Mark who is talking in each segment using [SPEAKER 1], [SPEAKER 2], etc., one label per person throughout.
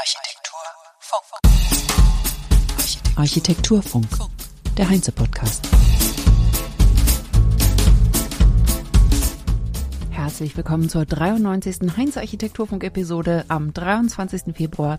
[SPEAKER 1] Architekturfunk, der Heinze-Podcast. Herzlich willkommen zur 93. Heinze-Architekturfunk-Episode am 23. Februar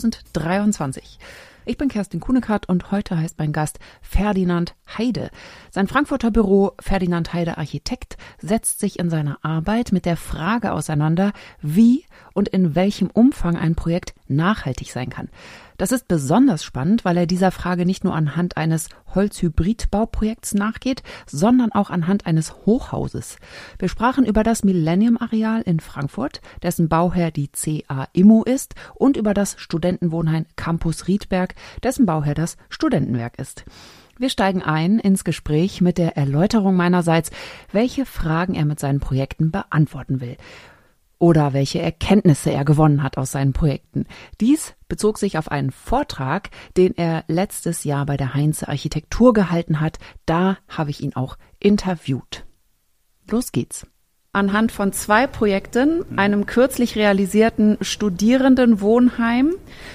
[SPEAKER 1] 2023. Ich bin Kerstin Kuhnekart und heute heißt mein Gast Ferdinand Heide. Sein Frankfurter Büro Ferdinand Heide Architekt setzt sich in seiner Arbeit mit der Frage auseinander, wie und in welchem Umfang ein Projekt nachhaltig sein kann. Das ist besonders spannend, weil er dieser Frage nicht nur anhand eines Holzhybrid-Bauprojekts nachgeht, sondern auch anhand eines Hochhauses. Wir sprachen über das Millennium-Areal in Frankfurt, dessen Bauherr die CA Immo ist, und über das Studentenwohnheim Campus Riedberg, dessen Bauherr das Studentenwerk ist. Wir steigen ein ins Gespräch mit der Erläuterung meinerseits, welche Fragen er mit seinen Projekten beantworten will. Oder welche Erkenntnisse er gewonnen hat aus seinen Projekten. Dies bezog sich auf einen Vortrag, den er letztes Jahr bei der Heinze Architektur gehalten hat. Da habe ich ihn auch interviewt. Los geht's. Anhand von 2 Projekten, einem kürzlich realisierten Studierendenwohnheim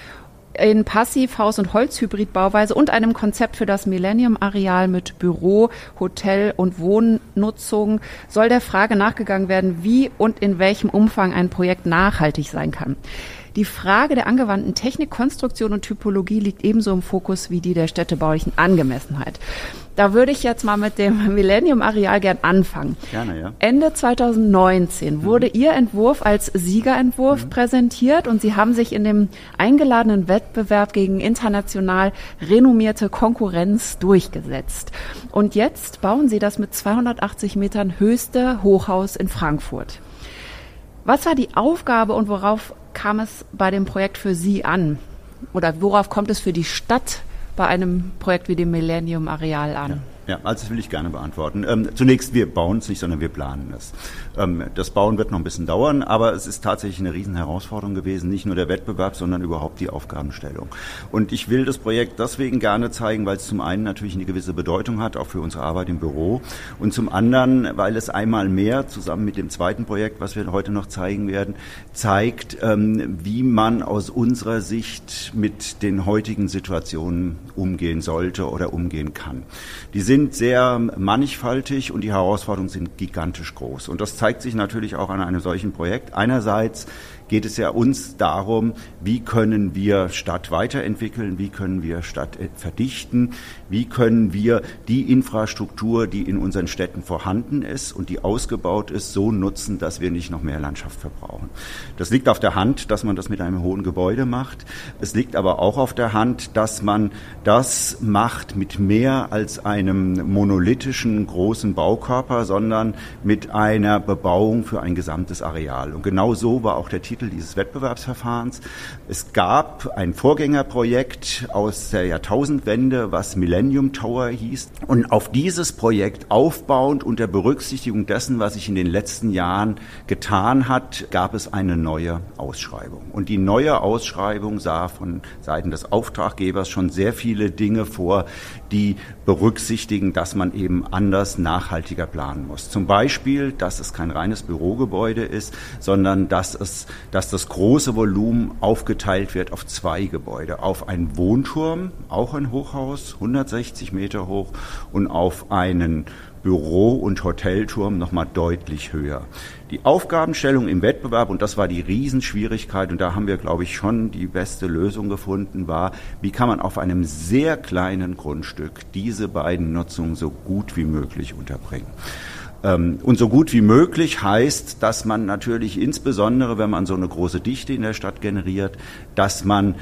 [SPEAKER 1] in Passivhaus- und Holzhybrid-Bauweise und einem Konzept für das Millennium-Areal mit Büro, Hotel- und Wohnnutzung soll der Frage nachgegangen werden, wie und in welchem Umfang ein Projekt nachhaltig sein kann. Die Frage der angewandten Technik, Konstruktion und Typologie liegt ebenso im Fokus wie die der städtebaulichen Angemessenheit. Da würde ich jetzt mal mit dem Millennium-Areal gern anfangen.
[SPEAKER 2] Gerne, ja.
[SPEAKER 1] Ende 2019 wurde Ihr Entwurf als Siegerentwurf präsentiert und Sie haben sich in dem eingeladenen Wettbewerb gegen international renommierte Konkurrenz durchgesetzt. Und jetzt bauen Sie das mit 280 Metern höchste Hochhaus in Frankfurt. Was war die Aufgabe und worauf kam es bei dem Projekt für Sie an? Oder worauf kommt es für die Stadt bei einem Projekt wie dem Millennium Areal an?
[SPEAKER 2] Ja, also das will ich gerne beantworten. Zunächst, wir bauen es nicht, sondern wir planen es. Das Bauen wird noch ein bisschen dauern, aber es ist tatsächlich eine riesen Herausforderung gewesen, nicht nur der Wettbewerb, sondern überhaupt die Aufgabenstellung. Und ich will das Projekt deswegen gerne zeigen, weil es zum einen natürlich eine gewisse Bedeutung hat, auch für unsere Arbeit im Büro, und zum anderen, weil es einmal mehr zusammen mit dem zweiten Projekt, was wir heute noch zeigen werden, zeigt, wie man aus unserer Sicht mit den heutigen Situationen umgehen sollte oder umgehen kann. Die sind sehr mannigfaltig und die Herausforderungen sind gigantisch groß. Und das zeigt sich natürlich auch an einem solchen Projekt. Einerseits geht es ja uns darum, wie können wir Stadt weiterentwickeln, wie können wir Stadt verdichten, wie können wir die Infrastruktur, die in unseren Städten vorhanden ist und die ausgebaut ist, so nutzen, dass wir nicht noch mehr Landschaft verbrauchen. Das liegt auf der Hand, dass man das mit einem hohen Gebäude macht. Es liegt aber auch auf der Hand, dass man das macht mit mehr als einem monolithischen großen Baukörper, sondern mit einer Bebauung für ein gesamtes Areal. Und genau so war auch der Titel dieses Wettbewerbsverfahrens. Es gab ein Vorgängerprojekt aus der Jahrtausendwende, was Millennium Tower hieß. Und auf dieses Projekt aufbauend unter Berücksichtigung dessen, was sich in den letzten Jahren getan hat, gab es eine neue Ausschreibung. Und die neue Ausschreibung sah von Seiten des Auftraggebers schon sehr viele Dinge vor, die berücksichtigen, dass man eben anders, nachhaltiger planen muss. Zum Beispiel, dass es kein reines Bürogebäude ist, sondern dass das große Volumen aufgeteilt wird auf 2 Gebäude. Auf einen Wohnturm, auch ein Hochhaus, 160 Meter hoch, und auf einen Büro- und Hotelturm nochmal deutlich höher. Die Aufgabenstellung im Wettbewerb, und das war die Riesenschwierigkeit, und da haben wir, glaube ich, schon die beste Lösung gefunden, war, wie kann man auf einem sehr kleinen Grundstück diese beiden Nutzungen so gut wie möglich unterbringen. Und so gut wie möglich heißt, dass man natürlich insbesondere, wenn man so eine große Dichte in der Stadt generiert, dass man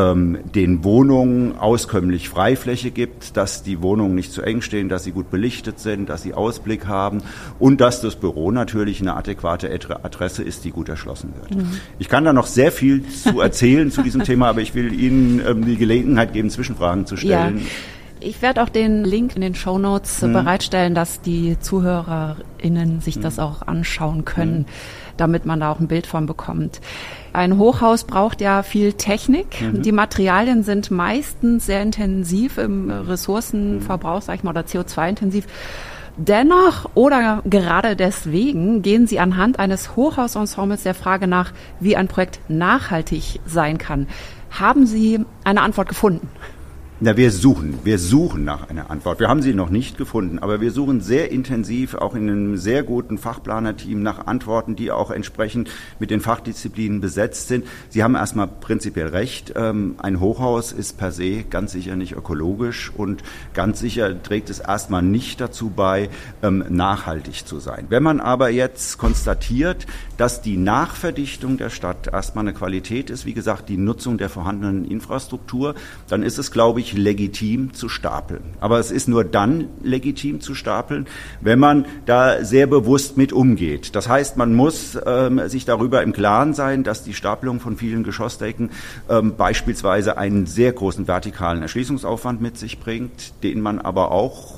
[SPEAKER 2] den Wohnungen auskömmlich Freifläche gibt, dass die Wohnungen nicht zu eng stehen, dass sie gut belichtet sind, dass sie Ausblick haben und dass das Büro natürlich eine adäquate Adresse ist, die gut erschlossen wird. Mhm. Ich kann da noch sehr viel zu erzählen zu diesem Thema, aber ich will Ihnen die Gelegenheit geben, Zwischenfragen zu stellen. Ja.
[SPEAKER 1] Ich werde auch den Link in den Shownotes bereitstellen, dass die ZuhörerInnen sich das auch anschauen können, damit man da auch ein Bild von bekommt. Ein Hochhaus braucht ja viel Technik. Die Materialien sind meistens sehr intensiv im Ressourcenverbrauch, sag ich mal, oder CO2-intensiv. Dennoch oder gerade deswegen gehen Sie anhand eines Hochhausensembles der Frage nach, wie ein Projekt nachhaltig sein kann. Haben Sie eine Antwort gefunden?
[SPEAKER 2] Na, wir suchen nach einer Antwort. Wir haben sie noch nicht gefunden, aber wir suchen sehr intensiv, auch in einem sehr guten Fachplanerteam, nach Antworten, die auch entsprechend mit den Fachdisziplinen besetzt sind. Sie haben erstmal prinzipiell recht. Ein Hochhaus ist per se ganz sicher nicht ökologisch und ganz sicher trägt es erstmal nicht dazu bei, nachhaltig zu sein. Wenn man aber jetzt konstatiert, dass die Nachverdichtung der Stadt erstmal eine Qualität ist, wie gesagt, die Nutzung der vorhandenen Infrastruktur, dann ist es, glaube ich, legitim zu stapeln. Aber es ist nur dann legitim zu stapeln, wenn man da sehr bewusst mit umgeht. Das heißt, man muss sich darüber im Klaren sein, dass die Stapelung von vielen Geschossdecken beispielsweise einen sehr großen vertikalen Erschließungsaufwand mit sich bringt, den man aber auch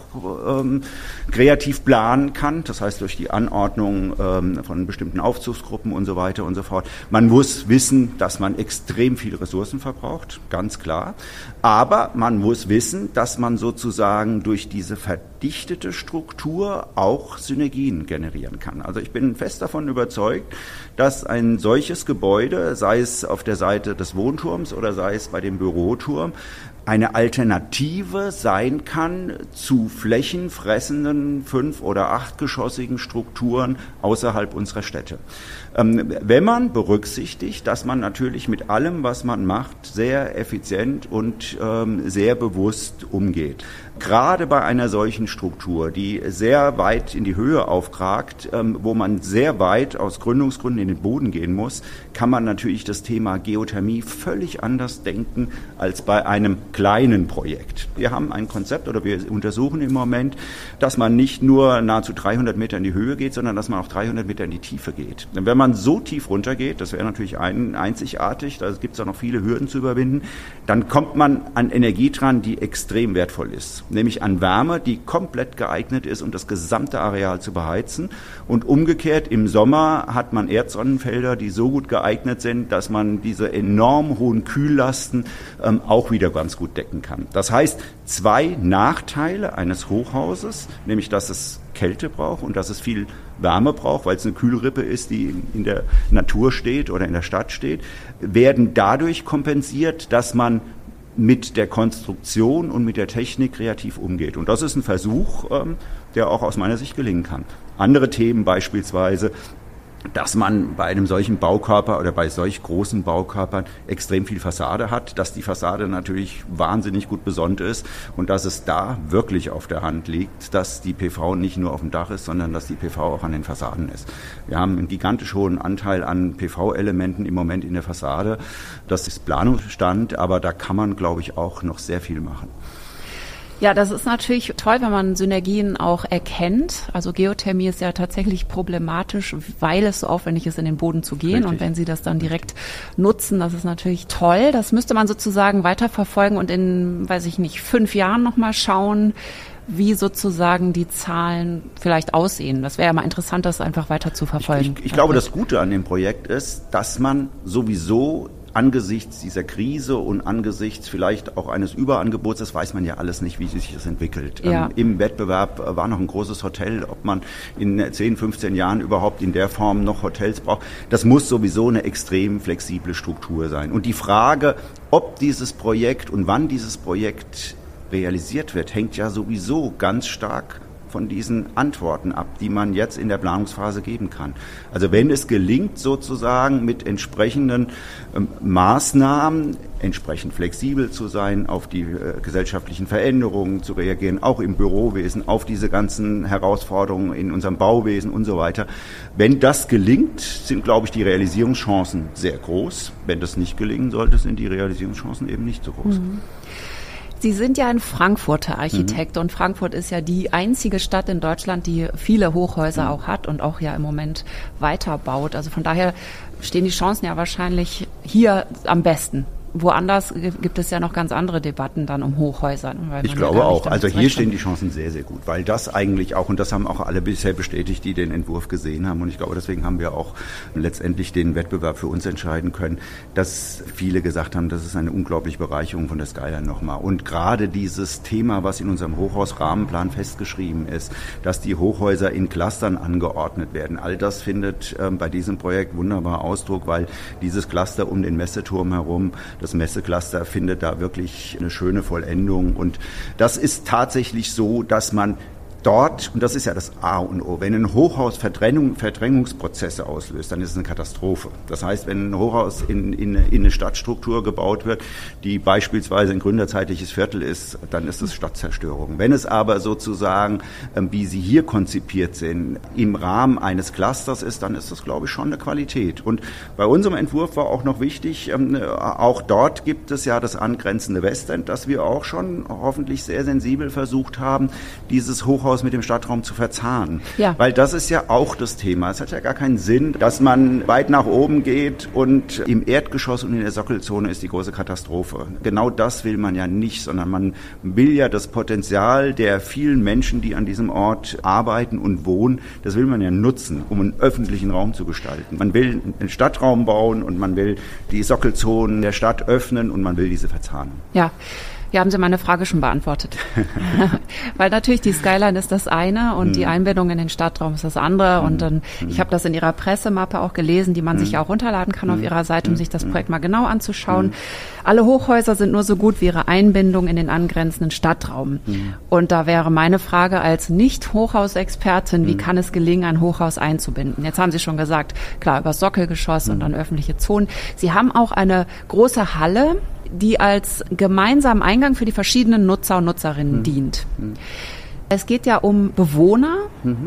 [SPEAKER 2] kreativ planen kann, das heißt durch die Anordnung von bestimmten Aufzugsgruppen und so weiter und so fort. Man muss wissen, dass man extrem viele Ressourcen verbraucht, ganz klar, aber man muss wissen, dass man sozusagen durch diese verdichtete Struktur auch Synergien generieren kann. Also ich bin fest davon überzeugt, dass ein solches Gebäude, sei es auf der Seite des Wohnturms oder sei es bei dem Büroturm, eine Alternative sein kann zu flächenfressenden 5- oder 8-geschossigen Strukturen außerhalb unserer Städte. Wenn man berücksichtigt, dass man natürlich mit allem, was man macht, sehr effizient und sehr bewusst umgeht. Gerade bei einer solchen Struktur, die sehr weit in die Höhe aufragt, wo man sehr weit aus Gründungsgründen in den Boden gehen muss, kann man natürlich das Thema Geothermie völlig anders denken als bei einem kleinen Projekt. Wir haben ein Konzept oder wir untersuchen im Moment, dass man nicht nur nahezu 300 Meter in die Höhe geht, sondern dass man auch 300 Meter in die Tiefe geht. Denn wenn man so tief runtergeht, das wäre natürlich einzigartig, da gibt es auch noch viele Hürden zu überwinden, dann kommt man an Energie dran, die extrem wertvoll ist. Nämlich an Wärme, die komplett geeignet ist, um das gesamte Areal zu beheizen. Und umgekehrt, im Sommer hat man Erdsonnenfelder, die so gut geeignet sind, dass man diese enorm hohen Kühllasten auch wieder ganz gut decken kann. Das heißt, 2 Nachteile eines Hochhauses, nämlich dass es Kälte braucht und dass es viel Wärme braucht, weil es eine Kühlrippe ist, die in der Natur steht oder in der Stadt steht, werden dadurch kompensiert, dass man mit der Konstruktion und mit der Technik kreativ umgeht. Und das ist ein Versuch, der auch aus meiner Sicht gelingen kann. Andere Themen beispielsweise, dass man bei einem solchen Baukörper oder bei solch großen Baukörpern extrem viel Fassade hat, dass die Fassade natürlich wahnsinnig gut besonnt ist und dass es da wirklich auf der Hand liegt, dass die PV nicht nur auf dem Dach ist, sondern dass die PV auch an den Fassaden ist. Wir haben einen gigantisch hohen Anteil an PV-Elementen im Moment in der Fassade. Das ist Planungsstand, aber da kann man, glaube ich, auch noch sehr viel machen.
[SPEAKER 1] Ja, das ist natürlich toll, wenn man Synergien auch erkennt. Also Geothermie ist ja tatsächlich problematisch, weil es so aufwendig ist, in den Boden zu gehen. Richtig. Und wenn Sie das dann direkt nutzen, das ist natürlich toll. Das müsste man sozusagen weiterverfolgen und in, 5 Jahren nochmal schauen, wie sozusagen die Zahlen vielleicht aussehen. Das wäre ja mal interessant, das einfach weiter zu verfolgen.
[SPEAKER 2] Ich glaube, das Gute an dem Projekt ist, dass man sowieso angesichts dieser Krise und angesichts vielleicht auch eines Überangebots, das weiß man ja alles nicht, wie sich das entwickelt. Ja. Im Wettbewerb war noch ein großes Hotel, ob man in 10, 15 Jahren überhaupt in der Form noch Hotels braucht. Das muss sowieso eine extrem flexible Struktur sein. Und die Frage, ob dieses Projekt und wann dieses Projekt realisiert wird, hängt ja sowieso ganz stark von diesen Antworten ab, die man jetzt in der Planungsphase geben kann. Also wenn es gelingt, sozusagen mit entsprechenden Maßnahmen entsprechend flexibel zu sein, auf die gesellschaftlichen Veränderungen zu reagieren, auch im Bürowesen, auf diese ganzen Herausforderungen in unserem Bauwesen und so weiter. Wenn das gelingt, sind, glaube ich, die Realisierungschancen sehr groß. Wenn das nicht gelingen sollte, sind die Realisierungschancen eben nicht so groß.
[SPEAKER 1] Mhm. Sie sind ja ein Frankfurter Architekt und Frankfurt ist ja die einzige Stadt in Deutschland, die viele Hochhäuser auch hat und auch ja im Moment weiterbaut. Also von daher stehen die Chancen ja wahrscheinlich hier am besten. Woanders gibt es ja noch ganz andere Debatten dann um Hochhäuser.
[SPEAKER 2] Ich glaube auch. Also hier stehen die Chancen sehr, sehr gut, weil das eigentlich auch, und das haben auch alle bisher bestätigt, die den Entwurf gesehen haben, und ich glaube, deswegen haben wir auch letztendlich den Wettbewerb für uns entscheiden können, dass viele gesagt haben, das ist eine unglaubliche Bereicherung von der Skyline nochmal. Und gerade dieses Thema, was in unserem Hochhausrahmenplan festgeschrieben ist, dass die Hochhäuser in Clustern angeordnet werden, all das findet bei diesem Projekt wunderbar Ausdruck, weil dieses Cluster um den Messeturm herum, Das Messecluster findet da wirklich eine schöne Vollendung. Und das ist tatsächlich so, dass man dort, und das ist ja das A und O, wenn ein Hochhaus Verdrängungsprozesse auslöst, dann ist es eine Katastrophe. Das heißt, wenn ein Hochhaus in eine Stadtstruktur gebaut wird, die beispielsweise ein gründerzeitliches Viertel ist, dann ist es Stadtzerstörung. Wenn es aber sozusagen, wie sie hier konzipiert sind, im Rahmen eines Clusters ist, dann ist das, glaube ich, schon eine Qualität. Und bei unserem Entwurf war auch noch wichtig, auch dort gibt es ja das angrenzende Westend, das wir auch schon hoffentlich sehr sensibel versucht haben, dieses Hochhaus mit dem Stadtraum zu verzahnen. Ja. Weil das ist ja auch das Thema. Es hat ja gar keinen Sinn, dass man weit nach oben geht und im Erdgeschoss und in der Sockelzone ist die große Katastrophe. Genau das will man ja nicht, sondern man will ja das Potenzial der vielen Menschen, die an diesem Ort arbeiten und wohnen, das will man ja nutzen, um einen öffentlichen Raum zu gestalten. Man will einen Stadtraum bauen und man will die Sockelzonen der Stadt öffnen und man will diese verzahnen.
[SPEAKER 1] Ja. Hier haben Sie meine Frage schon beantwortet. Weil natürlich die Skyline ist das eine und die Einbindung in den Stadtraum ist das andere. Und dann, ich habe das in Ihrer Pressemappe auch gelesen, die man sich ja auch runterladen kann auf Ihrer Seite, um sich das Projekt mal genau anzuschauen. Alle Hochhäuser sind nur so gut wie ihre Einbindung in den angrenzenden Stadtraum. Und da wäre meine Frage als Nicht-Hochhausexpertin, wie kann es gelingen, ein Hochhaus einzubinden? Jetzt haben Sie schon gesagt, klar, über das Sockelgeschoss und dann öffentliche Zonen. Sie haben auch eine große Halle, die als gemeinsamen Eingang für die verschiedenen Nutzer und Nutzerinnen dient. Es geht ja um Bewohner,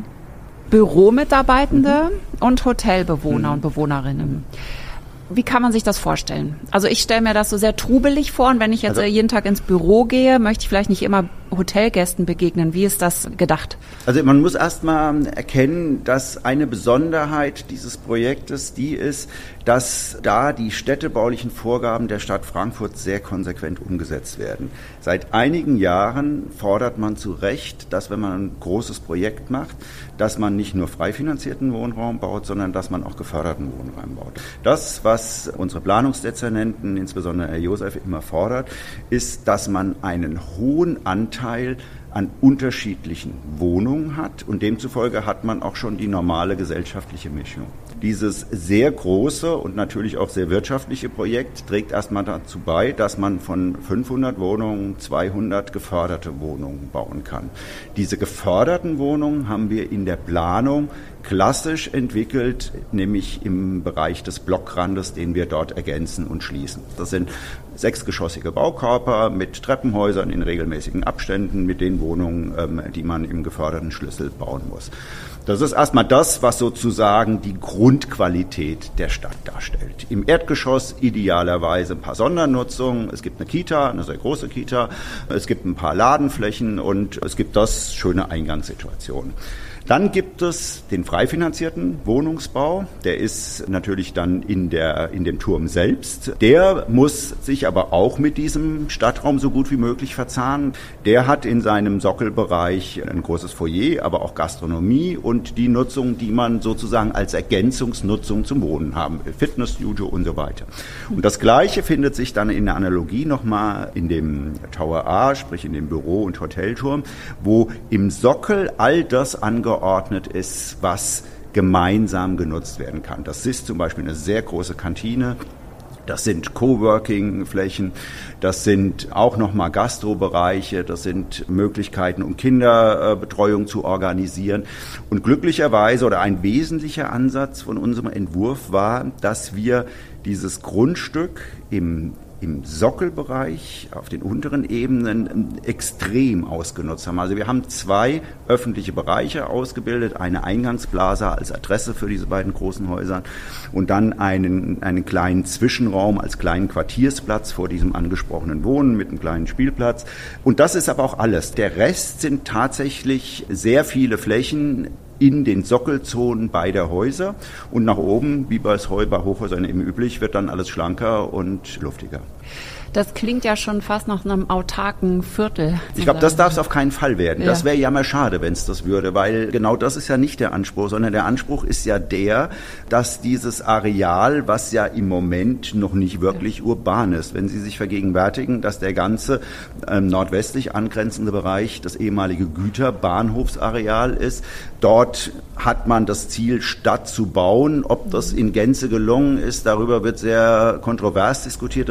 [SPEAKER 1] Büromitarbeitende und Hotelbewohner und Bewohnerinnen. Wie kann man sich das vorstellen? Also ich stelle mir das so sehr trubelig vor und wenn ich jetzt jeden Tag ins Büro gehe, möchte ich vielleicht nicht immer Hotelgästen begegnen. Wie ist das gedacht?
[SPEAKER 2] Also man muss erst mal erkennen, dass eine Besonderheit dieses Projektes die ist, dass da die städtebaulichen Vorgaben der Stadt Frankfurt sehr konsequent umgesetzt werden. Seit einigen Jahren fordert man zu Recht, dass wenn man ein großes Projekt macht, dass man nicht nur frei finanzierten Wohnraum baut, sondern dass man auch geförderten Wohnraum baut. Das, was unsere Planungsdezernenten, insbesondere Herr Josef, immer fordert, ist, dass man einen hohen Anteil an unterschiedlichen Wohnungen hat und demzufolge hat man auch schon die normale gesellschaftliche Mischung. Dieses sehr große und natürlich auch sehr wirtschaftliche Projekt trägt erstmal dazu bei, dass man von 500 Wohnungen 200 geförderte Wohnungen bauen kann. Diese geförderten Wohnungen haben wir in der Planung klassisch entwickelt, nämlich im Bereich des Blockrandes, den wir dort ergänzen und schließen. Das sind 6-geschossige Baukörper mit Treppenhäusern in regelmäßigen Abständen mit den Wohnungen, die man im geförderten Schlüssel bauen muss. Das ist erstmal das, was sozusagen die Grundqualität der Stadt darstellt. Im Erdgeschoss idealerweise ein paar Sondernutzungen. Es gibt eine Kita, eine sehr große Kita. Es gibt ein paar Ladenflächen und es gibt das schöne Eingangssituation. Dann gibt es den frei finanzierten Wohnungsbau. Der ist natürlich dann in dem Turm selbst. Der muss sich aber auch mit diesem Stadtraum so gut wie möglich verzahnen. Der hat in seinem Sockelbereich ein großes Foyer, aber auch Gastronomie und die Nutzung, die man sozusagen als Ergänzungsnutzung zum Wohnen haben will. Fitnessstudio und so weiter. Und das Gleiche findet sich dann in der Analogie nochmal in dem Tower A, sprich in dem Büro- und Hotelturm, wo im Sockel all das angeordnet ist, was gemeinsam genutzt werden kann. Das ist zum Beispiel eine sehr große Kantine. Das sind Coworking-Flächen, das sind auch nochmal Gastrobereiche, das sind Möglichkeiten, um Kinderbetreuung zu organisieren. Und glücklicherweise oder ein wesentlicher Ansatz von unserem Entwurf war, dass wir dieses Grundstück im Sockelbereich auf den unteren Ebenen extrem ausgenutzt haben. Also wir haben 2 öffentliche Bereiche ausgebildet, eine Eingangsplaza als Adresse für diese beiden großen Häuser und dann einen kleinen Zwischenraum als kleinen Quartiersplatz vor diesem angesprochenen Wohnen mit einem kleinen Spielplatz. Und das ist aber auch alles. Der Rest sind tatsächlich sehr viele Flächen in den Sockelzonen beider Häuser und nach oben, wie bei Hochhäusern eben üblich, wird dann alles schlanker und luftiger.
[SPEAKER 1] Das klingt ja schon fast nach einem autarken Viertel.
[SPEAKER 2] Ich glaube, das darf es auf keinen Fall werden. Ja. Das wäre ja mal schade, wenn es das würde, weil genau das ist ja nicht der Anspruch, sondern der Anspruch ist ja der, dass dieses Areal, was ja im Moment noch nicht wirklich urban ist, wenn Sie sich vergegenwärtigen, dass der ganze nordwestlich angrenzende Bereich das ehemalige Güterbahnhofsareal ist, dort hat man das Ziel, Stadt zu bauen. Ob das in Gänze gelungen ist, darüber wird sehr kontrovers diskutiert. Das ist dieses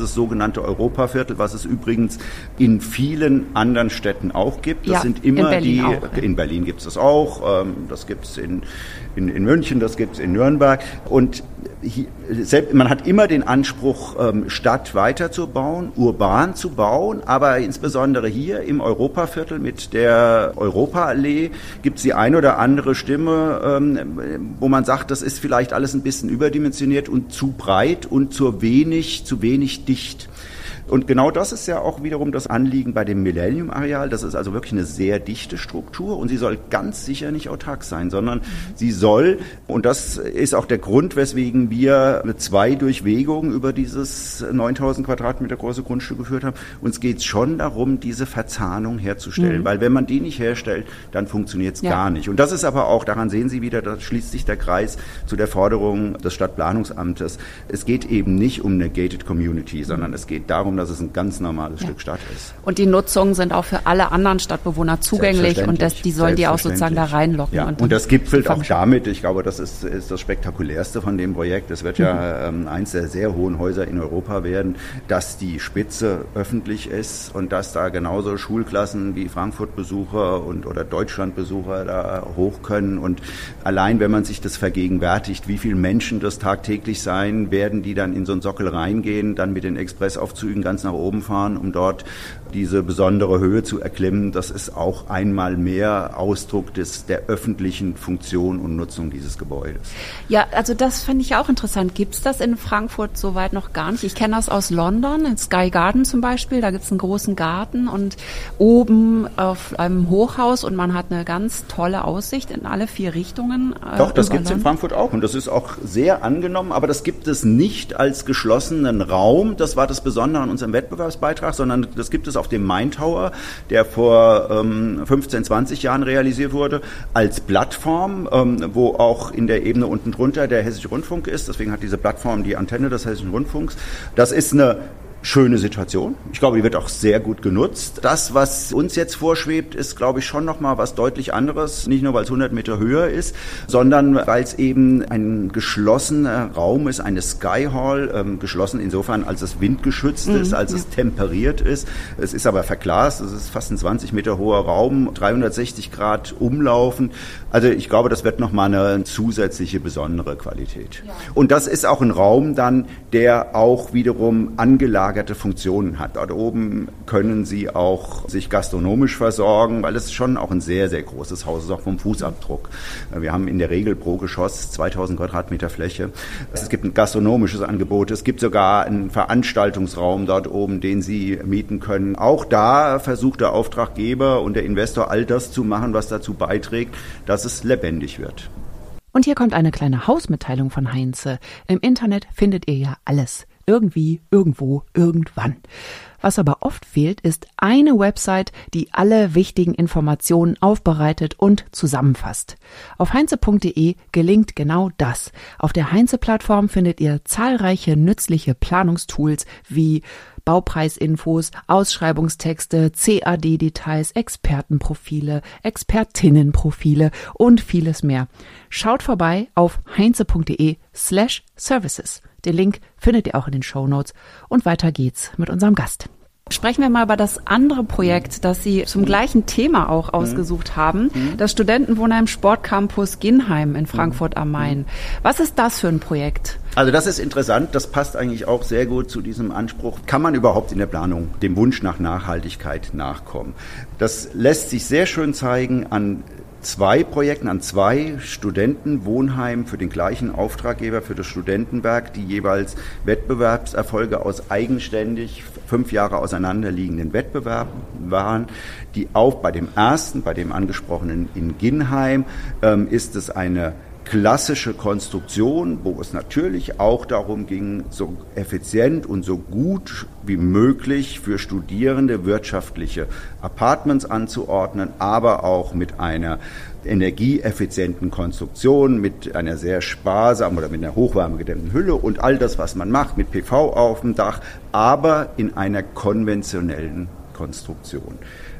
[SPEAKER 2] dieses sogenannte Europaviertel, was es übrigens in vielen anderen Städten auch gibt. Das sind immer in Berlin gibt es das auch, das gibt es in München, das gibt es in Nürnberg. Und man hat immer den Anspruch, Stadt weiterzubauen, urban zu bauen, aber insbesondere hier im Europaviertel mit der Europaallee gibt es die ein oder andere Stimme, wo man sagt, das ist vielleicht alles ein bisschen überdimensioniert und zu breit und zu wenig dicht. Und genau das ist ja auch wiederum das Anliegen bei dem Millennium-Areal. Das ist also wirklich eine sehr dichte Struktur und sie soll ganz sicher nicht autark sein, sondern sie soll, und das ist auch der Grund, weswegen wir 2 Durchwegungen über dieses 9.000 Quadratmeter große Grundstück geführt haben. Uns geht es schon darum, diese Verzahnung herzustellen, weil wenn man die nicht herstellt, dann funktioniert es gar nicht. Und das ist aber auch, daran sehen Sie wieder, da schließt sich der Kreis zu der Forderung des Stadtplanungsamtes. Es geht eben nicht um eine gated community, sondern es geht darum, dass es ein ganz normales Stück Stadt ist.
[SPEAKER 1] Und die Nutzungen sind auch für alle anderen Stadtbewohner zugänglich und die sollen die auch sozusagen da reinlocken.
[SPEAKER 2] Ja. Und das gipfelt auch damit, ich glaube, das ist das Spektakulärste von dem Projekt. Es wird ja eins der sehr hohen Häuser in Europa werden, dass die Spitze öffentlich ist und dass da genauso Schulklassen wie Frankfurt-Besucher oder Deutschland-Besucher da hoch können. Und allein, wenn man sich das vergegenwärtigt, wie viele Menschen das tagtäglich sein werden, die dann in so einen Sockel reingehen, dann mit den Expressaufzügen ganz nach oben fahren, um dort diese besondere Höhe zu erklimmen, das ist auch einmal mehr Ausdruck der öffentlichen Funktion und Nutzung dieses Gebäudes.
[SPEAKER 1] Ja, also das finde ich auch interessant. Gibt es das in Frankfurt soweit noch gar nicht? Ich kenne das aus London, in Sky Garden zum Beispiel, da gibt es einen großen Garten und oben auf einem Hochhaus und man hat eine ganz tolle Aussicht in alle 4 Richtungen.
[SPEAKER 2] Doch, das gibt es in Frankfurt auch und das ist auch sehr angenommen, aber das gibt es nicht als geschlossenen Raum, das war das Besondere an unserem Wettbewerbsbeitrag, sondern das gibt es auf dem Main Tower, der vor 15, 20 Jahren realisiert wurde, als Plattform, wo auch in der Ebene unten drunter der Hessische Rundfunk ist. Deswegen hat diese Plattform die Antenne des Hessischen Rundfunks. Das ist eine schöne Situation. Ich glaube, die wird auch sehr gut genutzt. Das, was uns jetzt vorschwebt, ist, glaube ich, schon nochmal was deutlich anderes. Nicht nur, weil es 100 Meter höher ist, sondern weil es eben ein geschlossener Raum ist, eine Sky Hall, geschlossen insofern, als es windgeschützt ist, als es temperiert ist. Es ist aber verglast. Es ist fast ein 20 Meter hoher Raum, 360 Grad umlaufen. Also ich glaube, das wird nochmal eine zusätzliche besondere Qualität. Ja. Und das ist auch ein Raum dann, der auch wiederum angelagerte Funktionen hat. Dort oben können Sie auch sich gastronomisch versorgen, weil es schon auch ein sehr, sehr großes Haus ist, auch vom Fußabdruck. Wir haben in der Regel pro Geschoss 2000 Quadratmeter Fläche. Es gibt ein gastronomisches Angebot. Es gibt sogar einen Veranstaltungsraum dort oben, den Sie mieten können. Auch da versucht der Auftraggeber und der Investor all das zu machen, was dazu beiträgt, dass es lebendig wird.
[SPEAKER 1] Und hier kommt eine kleine Hausmitteilung von Heinze. Im Internet findet ihr ja alles. Irgendwie, irgendwo, irgendwann. Was aber oft fehlt, ist eine Website, die alle wichtigen Informationen aufbereitet und zusammenfasst. Auf heinze.de gelingt genau das. Auf der Heinze-Plattform findet ihr zahlreiche nützliche Planungstools wie Baupreisinfos, Ausschreibungstexte, CAD-Details, Expertenprofile, Expertinnenprofile und vieles mehr. Schaut vorbei auf heinze.de/services. Den Link findet ihr auch in den Shownotes. Und weiter geht's mit unserem Gast. Sprechen wir mal über das andere Projekt, das Sie zum gleichen Thema auch ausgesucht haben. Das Studentenwohnheim Sportcampus Ginheim in Frankfurt am Main. Was ist das für ein Projekt?
[SPEAKER 2] Also das ist interessant, das passt eigentlich auch sehr gut zu diesem Anspruch. Kann man überhaupt in der Planung dem Wunsch nach Nachhaltigkeit nachkommen? Das lässt sich sehr schön zeigen an 2 Projekten, an 2 Studentenwohnheimen für den gleichen Auftraggeber, für das Studentenwerk, die jeweils Wettbewerbserfolge aus eigenständig 5 Jahre auseinanderliegenden Wettbewerben waren. Bei dem ersten, bei dem angesprochenen in Ginheim, ist es eine klassische Konstruktion, wo es natürlich auch darum ging, so effizient und so gut wie möglich für Studierende wirtschaftliche Apartments anzuordnen, aber auch mit einer energieeffizienten Konstruktion, mit einer sehr sparsamen oder mit einer hochwärmegedämmten Hülle und all das, was man macht, mit PV auf dem Dach, aber in einer konventionellen Konstruktion.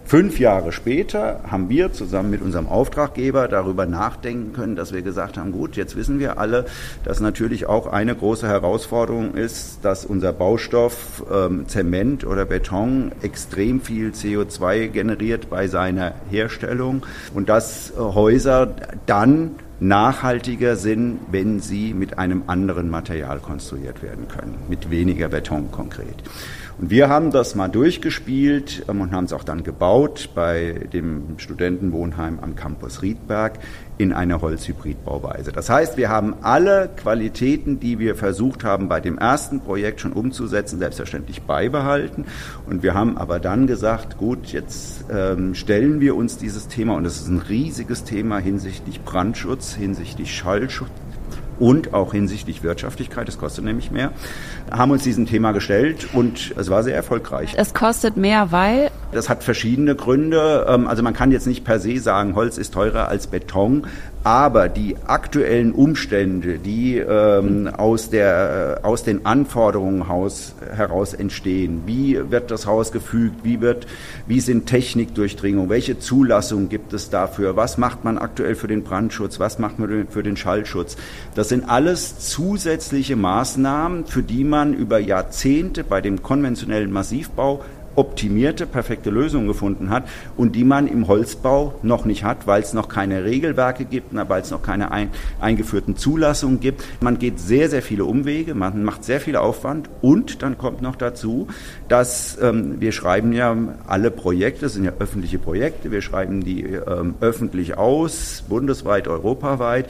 [SPEAKER 2] 5 Jahre später haben wir zusammen mit unserem Auftraggeber darüber nachdenken können, dass wir gesagt haben, gut, jetzt wissen wir alle, dass natürlich auch eine große Herausforderung ist, dass unser Baustoff Zement oder Beton extrem viel CO2 generiert bei seiner Herstellung und dass Häuser dann nachhaltiger sind, wenn sie mit einem anderen Material konstruiert werden können, mit weniger Beton konkret. Und wir haben das mal durchgespielt und haben es auch dann gebaut bei dem Studentenwohnheim am Campus Riedberg in einer Holzhybridbauweise. Das heißt, wir haben alle Qualitäten, die wir versucht haben, bei dem ersten Projekt schon umzusetzen, selbstverständlich beibehalten. Und wir haben aber dann gesagt, gut, jetzt stellen wir uns dieses Thema, und es ist ein riesiges Thema hinsichtlich Brandschutz, hinsichtlich Schallschutz, und auch hinsichtlich Wirtschaftlichkeit, das kostet nämlich mehr, haben uns diesem Thema gestellt und es war sehr erfolgreich.
[SPEAKER 1] Es kostet mehr, weil?
[SPEAKER 2] Das hat verschiedene Gründe. Also man kann jetzt nicht per se sagen, Holz ist teurer als Beton, aber die aktuellen Umstände, die aus den Anforderungen heraus entstehen, wie wird das Haus gefügt, wie sind Technikdurchdringung, welche Zulassung gibt es dafür, was macht man aktuell für den Brandschutz, was macht man für den Schallschutz. Das sind alles zusätzliche Maßnahmen, für die man über Jahrzehnte bei dem konventionellen Massivbau optimierte, perfekte Lösungen gefunden hat und die man im Holzbau noch nicht hat, weil es noch keine Regelwerke gibt, weil es noch keine eingeführten Zulassungen gibt. Man geht sehr, sehr viele Umwege, man macht sehr viel Aufwand und dann kommt noch dazu, dass wir schreiben ja alle Projekte, das sind ja öffentliche Projekte, wir schreiben die öffentlich aus, bundesweit, europaweit.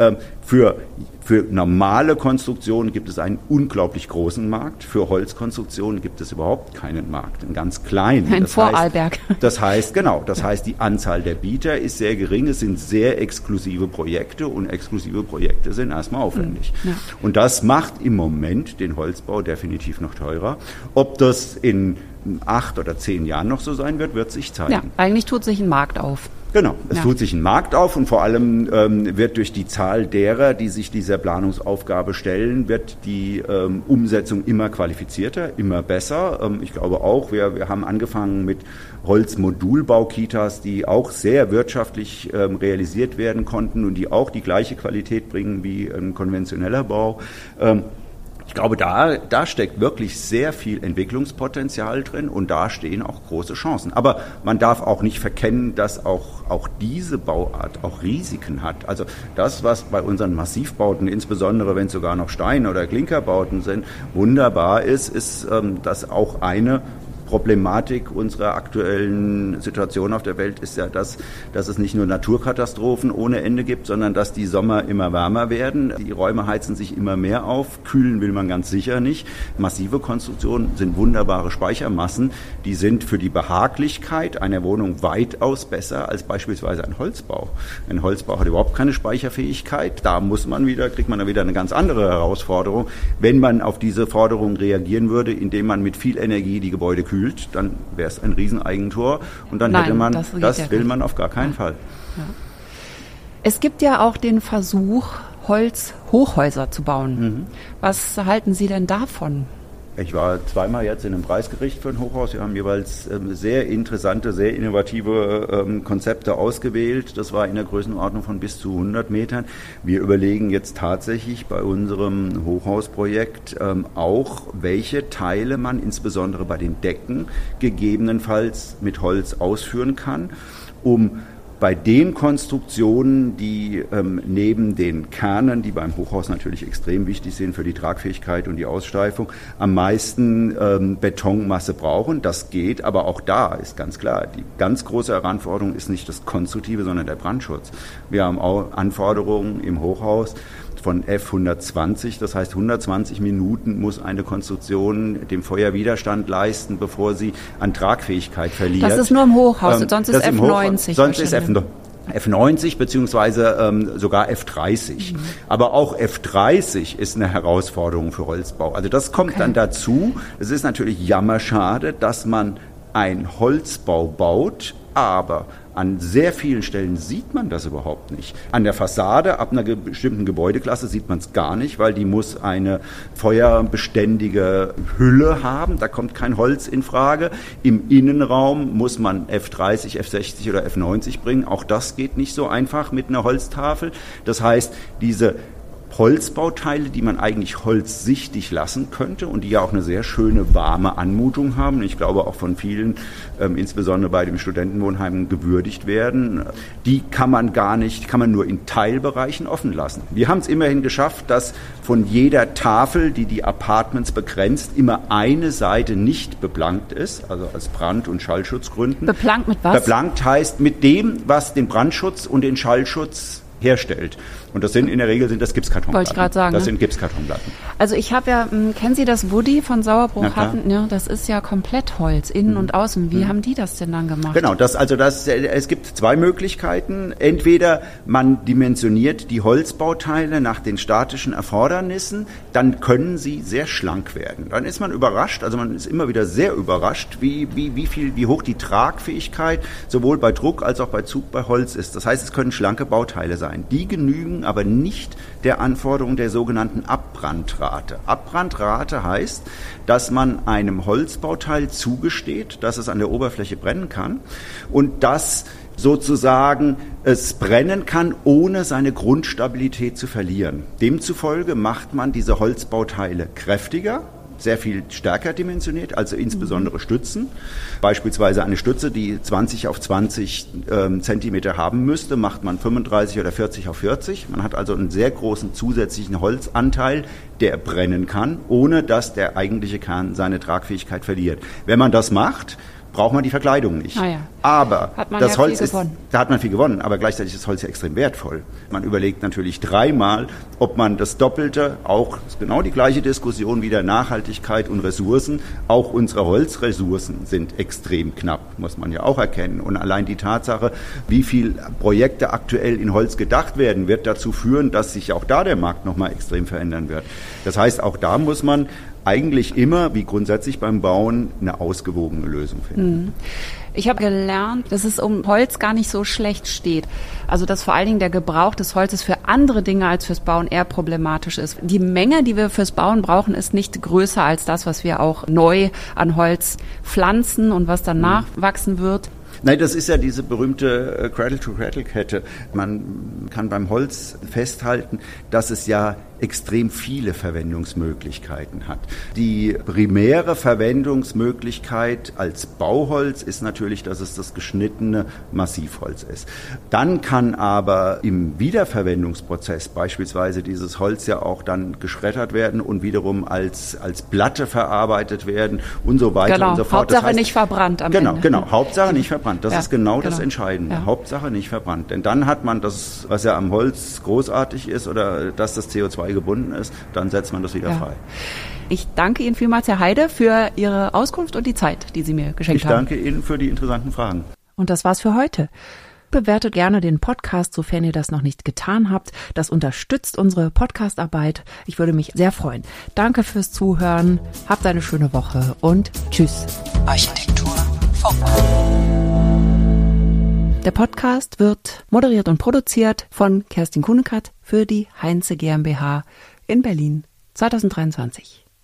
[SPEAKER 2] Für normale Konstruktionen gibt es einen unglaublich großen Markt. Für Holzkonstruktionen gibt es überhaupt keinen Markt, einen ganz kleinen.
[SPEAKER 1] Ein Vorarlberg.
[SPEAKER 2] Das heißt, die Anzahl der Bieter ist sehr gering. Es sind sehr exklusive Projekte und exklusive Projekte sind erstmal aufwendig. Ja. Und das macht im Moment den Holzbau definitiv noch teurer. Ob das in 8 oder 10 Jahren noch so sein wird sich zeigen.
[SPEAKER 1] Ja, eigentlich tut sich ein Markt auf.
[SPEAKER 2] Genau, es tut sich ein Markt auf und vor allem wird durch die Zahl derer, die sich dieser Planungsaufgabe stellen, wird die Umsetzung immer qualifizierter, immer besser. Ich glaube auch, wir haben angefangen mit Holzmodulbaukitas, die auch sehr wirtschaftlich realisiert werden konnten und die auch die gleiche Qualität bringen wie ein konventioneller Bau. Ich glaube, da steckt wirklich sehr viel Entwicklungspotenzial drin und da stehen auch große Chancen. Aber man darf auch nicht verkennen, dass auch diese Bauart auch Risiken hat. Also das, was bei unseren Massivbauten, insbesondere wenn es sogar noch Stein- oder Klinkerbauten sind, wunderbar ist, dass auch eine Problematik unserer aktuellen Situation auf der Welt ist ja, dass es nicht nur Naturkatastrophen ohne Ende gibt, sondern dass die Sommer immer wärmer werden. Die Räume heizen sich immer mehr auf. Kühlen will man ganz sicher nicht. Massive Konstruktionen sind wunderbare Speichermassen. Die sind für die Behaglichkeit einer Wohnung weitaus besser als beispielsweise ein Holzbau. Ein Holzbau hat überhaupt keine Speicherfähigkeit. Da kriegt man dann wieder eine ganz andere Herausforderung. Wenn man auf diese Forderung reagieren würde, indem man mit viel Energie die Gebäude kühlt, dann wäre es ein Rieseneigentor und dann hätte man, das will man auf gar keinen Fall.
[SPEAKER 1] Ja. Es gibt ja auch den Versuch, Holzhochhäuser zu bauen. Mhm. Was halten Sie denn davon?
[SPEAKER 2] Ich war 2-mal jetzt in einem Preisgericht für ein Hochhaus. Wir haben jeweils sehr interessante, sehr innovative Konzepte ausgewählt. Das war in der Größenordnung von bis zu 100 Metern. Wir überlegen jetzt tatsächlich bei unserem Hochhausprojekt auch, welche Teile man insbesondere bei den Decken gegebenenfalls mit Holz ausführen kann, um bei den Konstruktionen, die neben den Kernen, die beim Hochhaus natürlich extrem wichtig sind für die Tragfähigkeit und die Aussteifung, am meisten Betonmasse brauchen. Das geht, aber auch da ist ganz klar, die ganz große Heranforderung ist nicht das Konstruktive, sondern der Brandschutz. Wir haben auch Anforderungen im Hochhaus von F120, das heißt 120 Minuten muss eine Konstruktion dem Feuerwiderstand leisten, bevor sie an Tragfähigkeit verliert.
[SPEAKER 1] Das ist nur im Hochhaus, sonst ist F90.
[SPEAKER 2] Sonst ist F90 beziehungsweise sogar F30. Mhm. Aber auch F30 ist eine Herausforderung für Holzbau. Also das kommt dann dazu. Es ist natürlich jammerschade, dass man ein Holzbau baut, aber an sehr vielen Stellen sieht man das überhaupt nicht. An der Fassade ab einer bestimmten Gebäudeklasse sieht man es gar nicht, weil die muss eine feuerbeständige Hülle haben. Da kommt kein Holz in Frage. Im Innenraum muss man F30, F60 oder F90 bringen. Auch das geht nicht so einfach mit einer Holztafel. Das heißt, diese Holzbauteile, die man eigentlich holzsichtig lassen könnte und die ja auch eine sehr schöne, warme Anmutung haben. Ich glaube auch von vielen, insbesondere bei den Studentenwohnheimen, gewürdigt werden. Die kann man nur in Teilbereichen offen lassen. Wir haben es immerhin geschafft, dass von jeder Tafel, die die Apartments begrenzt, immer eine Seite nicht beplankt ist, also aus Brand- und Schallschutzgründen.
[SPEAKER 1] Beplankt mit was?
[SPEAKER 2] Beplankt heißt mit dem, was den Brandschutz und den Schallschutz herstellt. Und das sind in der Regel Gipskartonplatten.
[SPEAKER 1] Wollte ich gerade sagen.
[SPEAKER 2] Das sind Gipskartonplatten.
[SPEAKER 1] Also ich habe ja, kennen Sie das Woody von Sauerbruch-Hatten? Ja, das ist ja komplett Holz, innen und außen. Wie haben die das denn dann gemacht?
[SPEAKER 2] Genau, es gibt zwei Möglichkeiten. Entweder man dimensioniert die Holzbauteile nach den statischen Erfordernissen, dann können sie sehr schlank werden. Dann ist man überrascht, also man ist immer wieder sehr überrascht, wie hoch die Tragfähigkeit sowohl bei Druck als auch bei Zug bei Holz ist. Das heißt, es können schlanke Bauteile sein. Die genügen aber nicht der Anforderung der sogenannten Abbrandrate. Abbrandrate heißt, dass man einem Holzbauteil zugesteht, dass es an der Oberfläche brennen kann und dass sozusagen es brennen kann, ohne seine Grundstabilität zu verlieren. Demzufolge macht man diese Holzbauteile kräftiger, sehr viel stärker dimensioniert, also insbesondere Stützen. Beispielsweise eine Stütze, die 20 auf 20 Zentimeter haben müsste, macht man 35 oder 40 auf 40. Man hat also einen sehr großen zusätzlichen Holzanteil, der brennen kann, ohne dass der eigentliche Kern seine Tragfähigkeit verliert. Wenn man das macht, braucht man die Verkleidung nicht.
[SPEAKER 1] Ah ja.
[SPEAKER 2] Aber das Holz
[SPEAKER 1] da
[SPEAKER 2] hat man viel gewonnen, aber gleichzeitig ist das Holz ja extrem wertvoll. Man überlegt natürlich dreimal, ob man das Doppelte, auch genau die gleiche Diskussion wieder Nachhaltigkeit und Ressourcen, auch unsere Holzressourcen sind extrem knapp, muss man ja auch erkennen. Und allein die Tatsache, wie viele Projekte aktuell in Holz gedacht werden, wird dazu führen, dass sich auch da der Markt nochmal extrem verändern wird. Das heißt, auch da muss man eigentlich immer, wie grundsätzlich beim Bauen, eine ausgewogene Lösung finden.
[SPEAKER 1] Ich habe gelernt, dass es um Holz gar nicht so schlecht steht. Also dass vor allen Dingen der Gebrauch des Holzes für andere Dinge als fürs Bauen eher problematisch ist. Die Menge, die wir fürs Bauen brauchen, ist nicht größer als das, was wir auch neu an Holz pflanzen und was dann nachwachsen wird.
[SPEAKER 2] Nein, das ist ja diese berühmte Cradle-to-Cradle-Kette. Man kann beim Holz festhalten, dass es ja extrem viele Verwendungsmöglichkeiten hat. Die primäre Verwendungsmöglichkeit als Bauholz ist natürlich, dass es das geschnittene Massivholz ist. Dann kann aber im Wiederverwendungsprozess beispielsweise dieses Holz ja auch dann geschreddert werden und wiederum als Platte verarbeitet werden und so weiter und so fort.
[SPEAKER 1] Hauptsache das heißt, nicht verbrannt am Ende.
[SPEAKER 2] Genau, Hauptsache nicht verbrannt. Das ist genau das Entscheidende. Ja. Hauptsache nicht verbrannt. Denn dann hat man das, was ja am Holz großartig ist oder dass das CO2 gebunden ist, dann setzt man das wieder frei.
[SPEAKER 1] Ich danke Ihnen vielmals, Herr Heide, für Ihre Auskunft und die Zeit, die Sie mir geschenkt haben.
[SPEAKER 2] Ich danke Ihnen für die interessanten Fragen.
[SPEAKER 1] Und das war's für heute. Bewertet gerne den Podcast, sofern ihr das noch nicht getan habt. Das unterstützt unsere Podcastarbeit. Ich würde mich sehr freuen. Danke fürs Zuhören. Habt eine schöne Woche und tschüss.
[SPEAKER 3] Architektur Funk.
[SPEAKER 1] Der Podcast wird moderiert und produziert von Kerstin Kuhnekart für die Heinze GmbH in Berlin 2023.